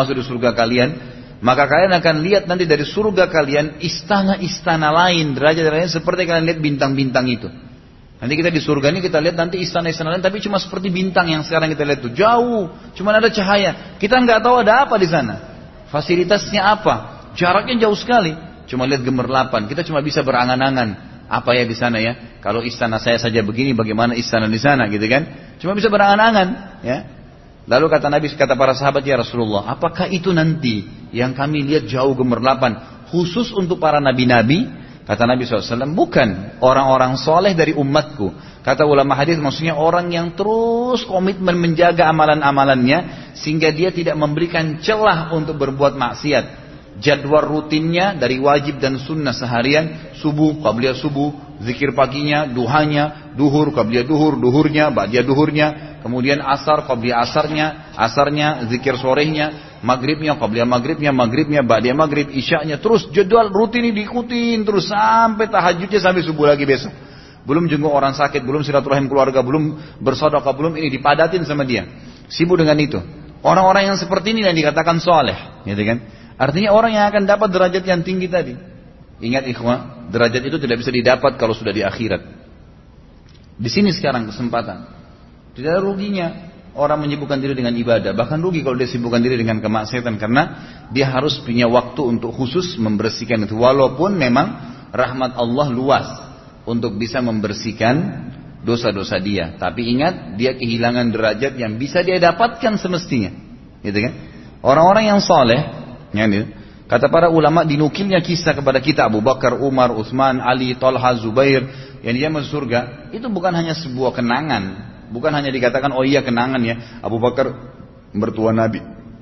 maka kalian akan lihat nanti dari surga kalian istana-istana lain, derajat-derajat seperti kalian lihat bintang-bintang itu. Nanti kita di surga ini kita lihat nanti istana-istana lain, tapi cuma seperti bintang yang sekarang kita lihat itu jauh, cuma ada cahaya. Kita nggak tahu ada apa di sana, fasilitasnya apa, jaraknya jauh sekali. Cuma lihat gemerlapan, kita cuma bisa berangan-angan apa ya di sana ya. Kalau istana saya saja begini, bagaimana istana di sana, gitu kan? Cuma bisa berangan-angan, ya. Lalu kata Nabi, kata para sahabat, ya Rasulullah, apakah itu nanti yang kami lihat jauh gemerlapan khusus untuk para nabi-nabi? Kata Nabi SAW, bukan, orang-orang soleh dari umatku. Kata ulama hadis, maksudnya orang yang terus komitmen menjaga amalan-amalannya sehingga dia tidak memberikan celah untuk berbuat maksiat. Jadwal rutinnya dari wajib dan sunnah seharian, subuh, qabliyah subuh, zikir paginya, duhanya, duhur, qabliyah duhur, duhurnya, ba'diyah duhurnya, kemudian asar, qabliyah asarnya, zikir sorenya, maghribnya, qabliyah maghribnya, ba'diyah maghrib, isya'nya, terus jadwal rutin ini diikutin terus sampai tahajudnya sampai subuh lagi besok. Belum jenguk orang sakit, belum silaturahim keluarga, belum bersedekah, belum ini dipadatin sama dia. Sibuk dengan itu. Orang-orang yang seperti ini yang dikatakan soleh, gitu kan? Artinya orang yang akan dapat derajat yang tinggi tadi. Ingat ikhwah, derajat itu tidak bisa didapat kalau sudah di akhirat. Di sini sekarang kesempatan. Tidak ada ruginya orang menyibukkan diri dengan ibadah. Bahkan rugi kalau dia sibukkan diri dengan kemaksiatan, karena dia harus punya waktu untuk khusus membersihkan itu. Walaupun memang rahmat Allah luas untuk bisa membersihkan dosa-dosa dia. Tapi ingat, dia kehilangan derajat yang bisa dia dapatkan semestinya. Gitu kan? Orang-orang yang soleh, kata para ulama, dinukilnya kisah kepada kita Abu Bakar, Umar, Utsman, Ali, Talha, Zubair yang dia masuk surga, itu bukan hanya sebuah kenangan, bukan hanya dikatakan oh iya kenangan ya, Abu Bakar mertua Nabi,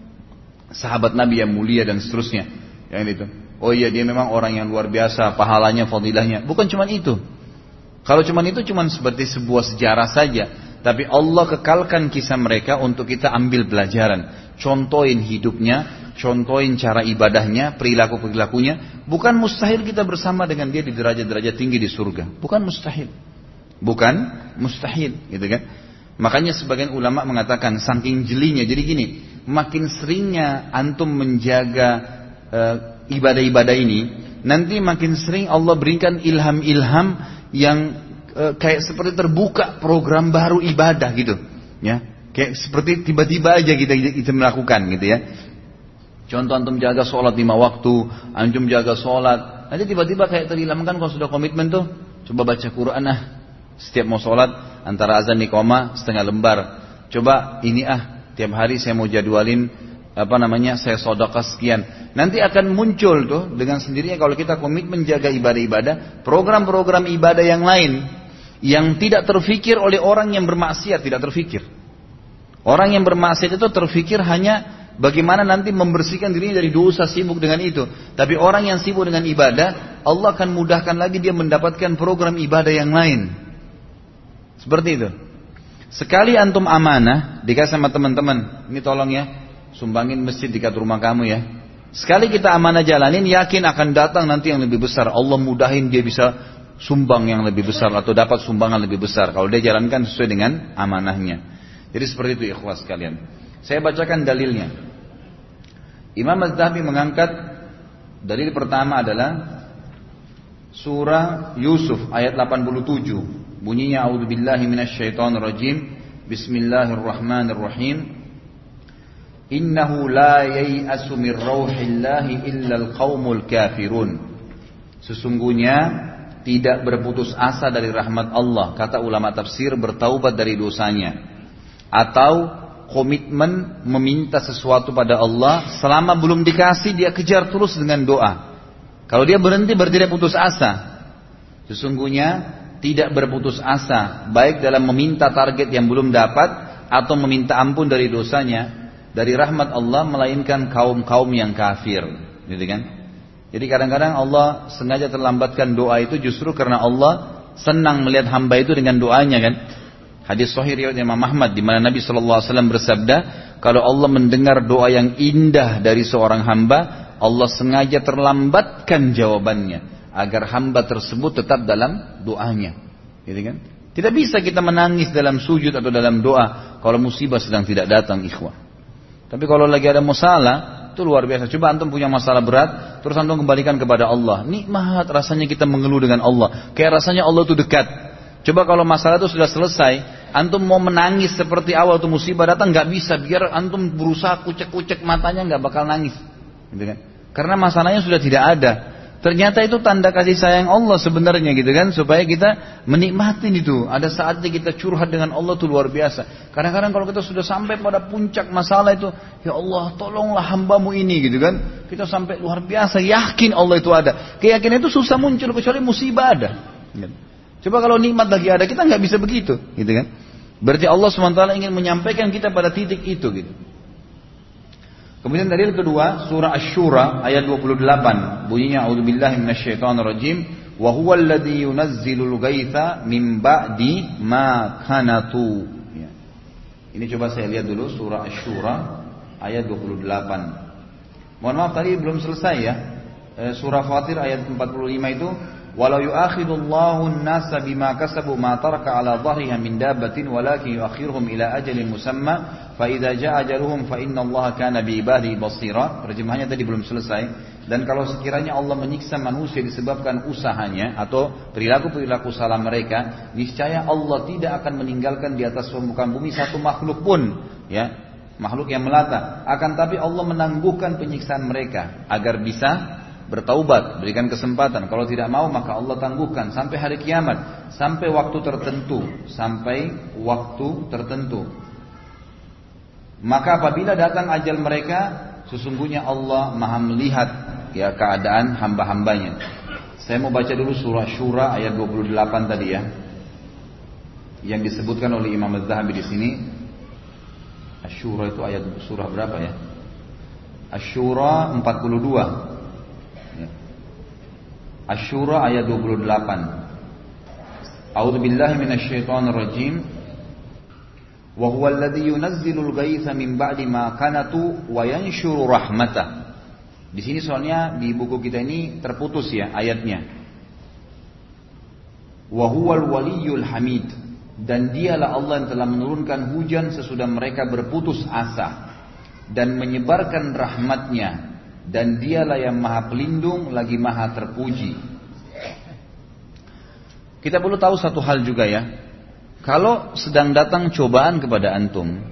sahabat Nabi yang mulia dan seterusnya, yang itu. Oh iya dia memang orang yang luar biasa, pahalanya, fadilahnya. Bukan cuma itu. Kalau cuma itu cuma seperti sebuah sejarah saja. Tapi Allah kekalkan kisah mereka untuk kita ambil pelajaran. Contohin hidupnya, contohin cara ibadahnya, perilaku-perilakunya. Bukan mustahil kita bersama dengan dia di derajat-derajat tinggi di surga. Bukan mustahil. Bukan mustahil, gitu kan? Makanya sebagian ulama mengatakan saking jelinya. Jadi gini, makin seringnya antum menjaga ibadah-ibadah ini, nanti makin sering Allah berikan ilham-ilham yang kayak seperti terbuka program baru ibadah gitu, ya. Kayak seperti tiba-tiba aja kita melakukan gitu ya. Contoh antum jaga sholat 5 waktu, antum jaga sholat, nanti tiba-tiba kayak terilhamkan kalau sudah komitmen tuh, coba baca Quran setiap mau sholat antara azan iqamah setengah lembar. Coba ini tiap hari saya mau jadwalin saya sedekah sekian. Nanti akan muncul tuh dengan sendirinya kalau kita komitmen jaga ibadah-ibadah, program-program ibadah yang lain yang tidak terfikir oleh orang yang bermaksiat, tidak terfikir. Orang yang bermaksiat itu terfikir hanya bagaimana nanti membersihkan dirinya dari dosa, sibuk dengan itu. Tapi orang yang sibuk dengan ibadah, Allah akan mudahkan lagi dia mendapatkan program ibadah yang lain. Seperti itu. Sekali antum amanah, dikasih sama teman-teman, ini tolong ya, sumbangin masjid dekat rumah kamu ya. Sekali kita amanah jalanin, yakin akan datang nanti yang lebih besar. Allah mudahin dia bisa sumbang yang lebih besar atau dapat sumbangan lebih besar kalau dia jalankan sesuai dengan amanahnya. Jadi seperti itu ikhwas sekalian. Saya bacakan dalilnya. Imam Az-Zahabi mengangkat dalil pertama adalah surah Yusuf ayat 87. Bunyinya a'udzubillahi minasyaitonirrajim. Bismillahirrahmanirrahim. Innahu la yai'asu min rauhillahi illal qaumul kafirun. Sesungguhnya tidak berputus asa dari rahmat Allah, kata ulama tafsir, bertaubat dari dosanya, atau komitmen meminta sesuatu pada Allah. Selama belum dikasih, dia kejar terus dengan doa. Kalau dia berhenti berarti dia putus asa. Sesungguhnya tidak berputus asa, baik dalam meminta target yang belum dapat atau meminta ampun dari dosanya, dari rahmat Allah, melainkan kaum-kaum yang kafir, gitu kan? Jadi kadang-kadang Allah sengaja terlambatkan doa itu justru karena Allah senang melihat hamba itu dengan doanya, kan? Hadis sahih riwayat Imam Ahmad di mana Nabi SAW bersabda, kalau Allah mendengar doa yang indah dari seorang hamba, Allah sengaja terlambatkan jawabannya agar hamba tersebut tetap dalam doanya, gitu kan? Tidak bisa kita menangis dalam sujud atau dalam doa kalau musibah sedang tidak datang, ikhwah. Tapi kalau lagi ada masalah, itu luar biasa. Coba antum punya masalah berat, terus antum kembalikan kepada Allah. Nikmat rasanya kita mengeluh dengan Allah. Kayak rasanya Allah itu dekat. Coba kalau masalah itu sudah selesai, antum mau menangis seperti awal tuh musibah datang, nggak bisa. Biar antum berusaha kucek-kucek matanya, nggak bakal nangis, gitu kan? Karena masalahnya sudah tidak ada. Ternyata itu tanda kasih sayang Allah sebenarnya, gitu kan? Supaya kita menikmati itu. Ada saatnya kita curhat dengan Allah itu luar biasa. Kadang-kadang kalau kita sudah sampai pada puncak masalah itu, ya Allah tolonglah hambamu ini, gitu kan? Kita sampai luar biasa yakin Allah itu ada. Keyakinan itu susah muncul kecuali musibah ada. Coba kalau nikmat lagi ada, kita nggak bisa begitu, gitu kan? Berarti Allah SWT ingin menyampaikan kita pada titik itu, gitu. Kemudian dalil kedua, surah Asy-Syura ayat 28. Bunyinya a'udzubillahi minasyaitonirrajim, wa huwal ladzi yunazzilul ghaitsa min ba'di ma kanatu. Ya. Ini coba saya lihat dulu surah Asy-Syura ayat 28. Mohon maaf tadi belum selesai ya. Surah Fatir ayat 45 itu, walau yu'akhidullahu an-nasa bima kasabu ma taraka ala dhahriha min dabbatin walakin yu'akhiruhum ila ajalin musamma fa idza jaa ajaluhum fa innallaha kana bi ibadihi basira. Terjemahannya tadi belum selesai. Dan kalau sekiranya Allah menyiksa manusia disebabkan usahanya atau perilaku-perilaku salah mereka, niscaya Allah tidak akan meninggalkan di atas permukaan bumi satu makhluk pun, ya, makhluk yang melata. Akan tapi Allah menangguhkan penyiksaan mereka agar bisa bertaubat, berikan kesempatan. Kalau tidak mau maka Allah tangguhkan sampai hari kiamat, sampai waktu tertentu, Maka apabila datang ajal mereka, sesungguhnya Allah Maha melihat ya keadaan hamba-hambanya. Saya mau baca dulu surah Syura ayat 28 tadi ya, yang disebutkan oleh Imam Az-Zahabi di sini. Asy-Syura itu ayat surah berapa ya? Asy-Syura 42. Asy-Syura ayat 28. A'udzubillahi minasyaitonirrajim. Wa huwal ladzi yunazzilul ghaitsa min ba'di ma kanatu wa yanshuru rahmatah. Di sini soalnya di buku kita ini terputus ya ayatnya. Wa huwal waliyyul hamid. Dan dialah Allah yang telah menurunkan hujan sesudah mereka berputus asa dan menyebarkan rahmatnya. Dan dialah yang maha pelindung lagi maha terpuji. Kita perlu tahu satu hal juga ya. Kalau sedang datang cobaan kepada antum,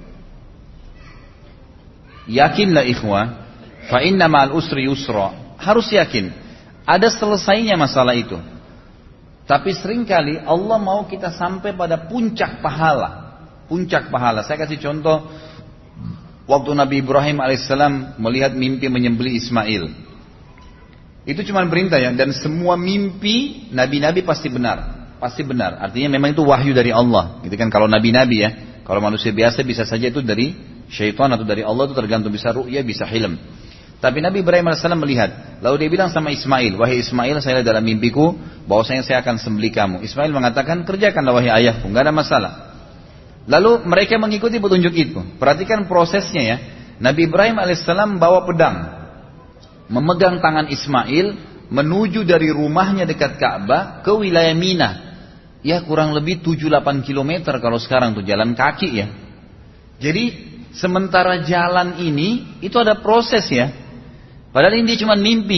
yakinlah ikhwah, fa inna ma'al usri yusra. Harus yakin ada selesainya masalah itu. Tapi seringkali Allah mau kita sampai pada puncak pahala. Puncak pahala. Saya kasih contoh. Waktu Nabi Ibrahim alaihissalam melihat mimpi menyembelih Ismail, itu cuma perintah ya, dan semua mimpi nabi-nabi pasti benar, Artinya memang itu wahyu dari Allah, gitu kan? Kalau nabi-nabi ya, kalau manusia biasa bisa saja itu dari syaitan atau dari Allah, itu tergantung, bisa ru'ya, bisa hilm. Tapi Nabi Ibrahim alaihissalam melihat, lalu dia bilang sama Ismail, wahai Ismail, saya lihat dalam mimpiku bahwasanya saya akan sembelih kamu. Ismail mengatakan, kerjakanlah wahai ayahku, nggak ada masalah. Lalu mereka mengikuti petunjuk itu. Perhatikan prosesnya ya. Nabi Ibrahim alaihissalam bawa pedang, memegang tangan Ismail, menuju dari rumahnya dekat Ka'bah ke wilayah Mina. Ya kurang lebih 7-8 km kalau sekarang tuh jalan kaki ya. Jadi sementara jalan ini itu ada proses ya. Padahal ini dia cuma mimpi.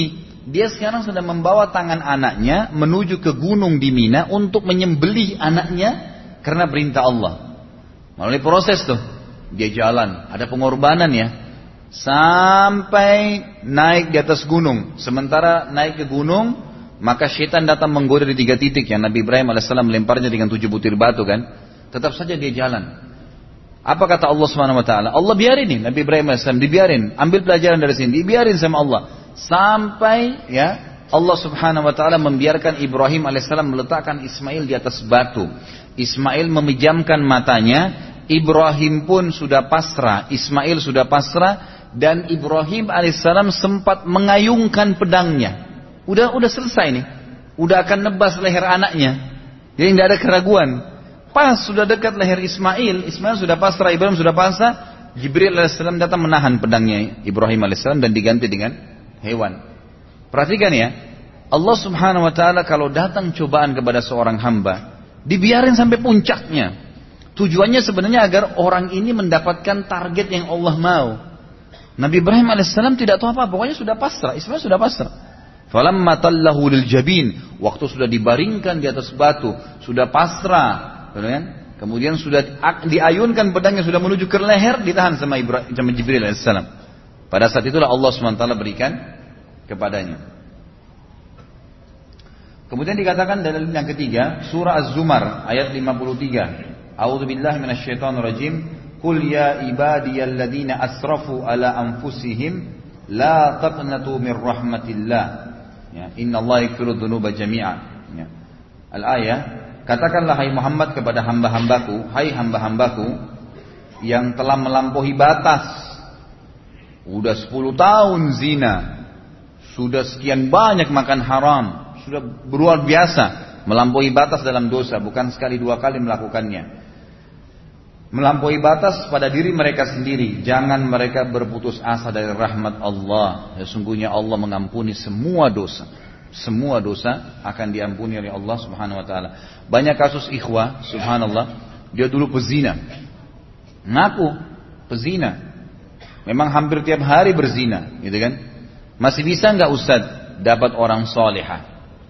dia sekarang sedang membawa tangan anaknya menuju ke gunung di Mina untuk menyembelih anaknya karena perintah Allah. Melalui proses tuh, dia jalan, ada pengorbanan ya, sampai naik di atas gunung. Sementara naik ke gunung, maka syaitan datang menggoda di 3 titik yang Nabi Ibrahim AS melemparnya dengan 7 butir batu kan. Tetap saja dia jalan. Apa kata Allah SWT? Allah biarin nih, Nabi Ibrahim AS dibiarin, ambil pelajaran dari sini, dibiarin sama Allah. Sampai ya Allah Subhanahu Wa Taala membiarkan Ibrahim AS meletakkan Ismail di atas batu. Ismail memejamkan matanya, Ibrahim pun sudah pasrah, Ismail sudah pasrah, dan Ibrahim alaihissalam sempat mengayungkan pedangnya. Udah selesai nih, udah akan nebas leher anaknya, jadi tidak ada keraguan. Pas sudah dekat leher Ismail sudah pasrah, Ibrahim sudah pasrah, Jibril alaihissalam datang menahan pedangnya Ibrahim alaihissalam dan diganti dengan hewan. Perhatikan ya, Allah Subhanahu Wa Taala kalau datang cobaan kepada seorang hamba, dibiarin sampai puncaknya. Tujuannya sebenarnya agar orang ini mendapatkan target yang Allah mau. Nabi Ibrahim alaihissalam tidak tahu apa, pokoknya sudah pasrah, Ismail sudah pasrah. Falamma tallahu lil jabin, waktu sudah dibaringkan di atas batu, sudah pasrah, kemudian sudah diayunkan pedangnya sudah menuju ke leher, ditahan sama Jibril alaihissalam. Pada saat itulah Allah SWT berikan kepadanya. Kemudian dikatakan dalam yang ketiga, surah Az-Zumar ayat 53. A'udzu billahi minasyaitonir rajim. Qul ya ibadiyalladzina asrafu ala anfusihim la taqnatu mir rahmatillah. Ya, innallaha yaghfiru dzunuba jami'a. Ya. Al-ayah, katakanlah hai Muhammad kepada hamba-hambaku, hai hamba-hambaku yang telah melampaui batas. Udah 10 tahun zina, sudah sekian banyak makan haram, sudah luar biasa melampaui batas dalam dosa, bukan sekali 2 kali melakukannya. Melampaui batas pada diri mereka sendiri. Jangan mereka berputus asa dari rahmat Allah. Sesungguhnya Allah mengampuni semua dosa. Semua dosa akan diampuni oleh Allah Subhanahu Wa Taala. Banyak kasus ikhwah, subhanallah, dia dulu pezina, ngaku pezina, memang hampir tiap hari berzina, gitu kan? Masih bisa nggak Ustaz dapat orang solehah?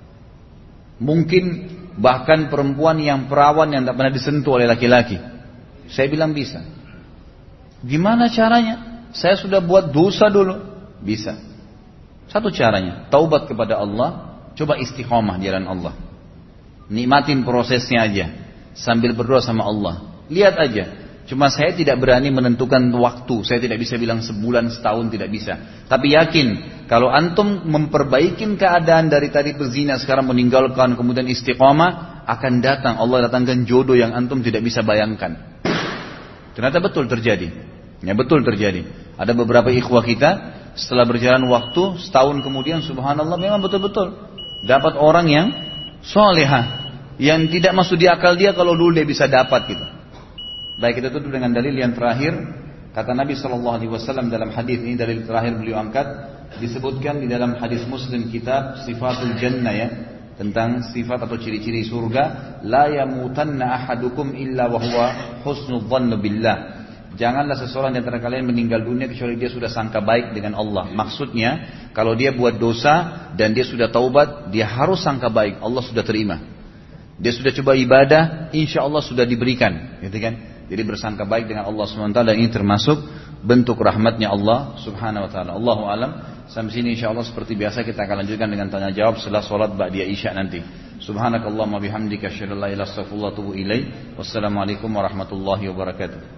Mungkin bahkan perempuan yang perawan yang tak pernah disentuh oleh laki-laki. Saya bilang bisa. Gimana caranya? Saya sudah buat dosa dulu. Bisa. Satu caranya, taubat kepada Allah, coba istiqomah jalan Allah. Nikmatin prosesnya aja, sambil berdoa sama Allah. Lihat aja. Cuma saya tidak berani menentukan waktu. Saya tidak bisa bilang sebulan, setahun, tidak bisa. Tapi yakin, kalau antum memperbaikin keadaan dari tadi pezina sekarang meninggalkan, kemudian istiqomah, akan datang Allah datangkan jodoh yang antum tidak bisa bayangkan. Ternyata betul terjadi. Ya, betul terjadi. Ada beberapa ikhwah kita setelah berjalan waktu setahun kemudian, subhanallah, memang betul-betul dapat orang yang solehah, yang tidak masuk di akal dia kalau dulu dia bisa dapat gitu. Baik, kita tutup dengan dalil yang terakhir. Kata Nabi SAW dalam hadis ini, dalil terakhir beliau angkat, disebutkan di dalam hadis Muslim kitab Sifatul Jannah ya, tentang sifat atau ciri-ciri surga. La yamutanna ahadukum illa wa huwa husnul dhann billah. Janganlah seseorang di antara kalian meninggal dunia kecuali dia sudah sangka baik dengan Allah. Maksudnya, kalau dia buat dosa dan dia sudah taubat, dia harus sangka baik, Allah sudah terima. Dia sudah coba ibadah, insya Allah sudah diberikan, gitu kan? Jadi bersangka baik dengan Allah SWT, dan ini termasuk bentuk rahmatnya Allah Subhanahu Wa Taala. Allahu alam. Sampai sini insyaallah seperti biasa kita akan lanjutkan dengan tanya jawab setelah sholat ba'diyah isya nanti. Subhanakallahumma bihamdika asyhadu an la ilaha illa anta astaghfiruka wa atubu ilaik. Wassalamualaikum warahmatullahi wabarakatuh.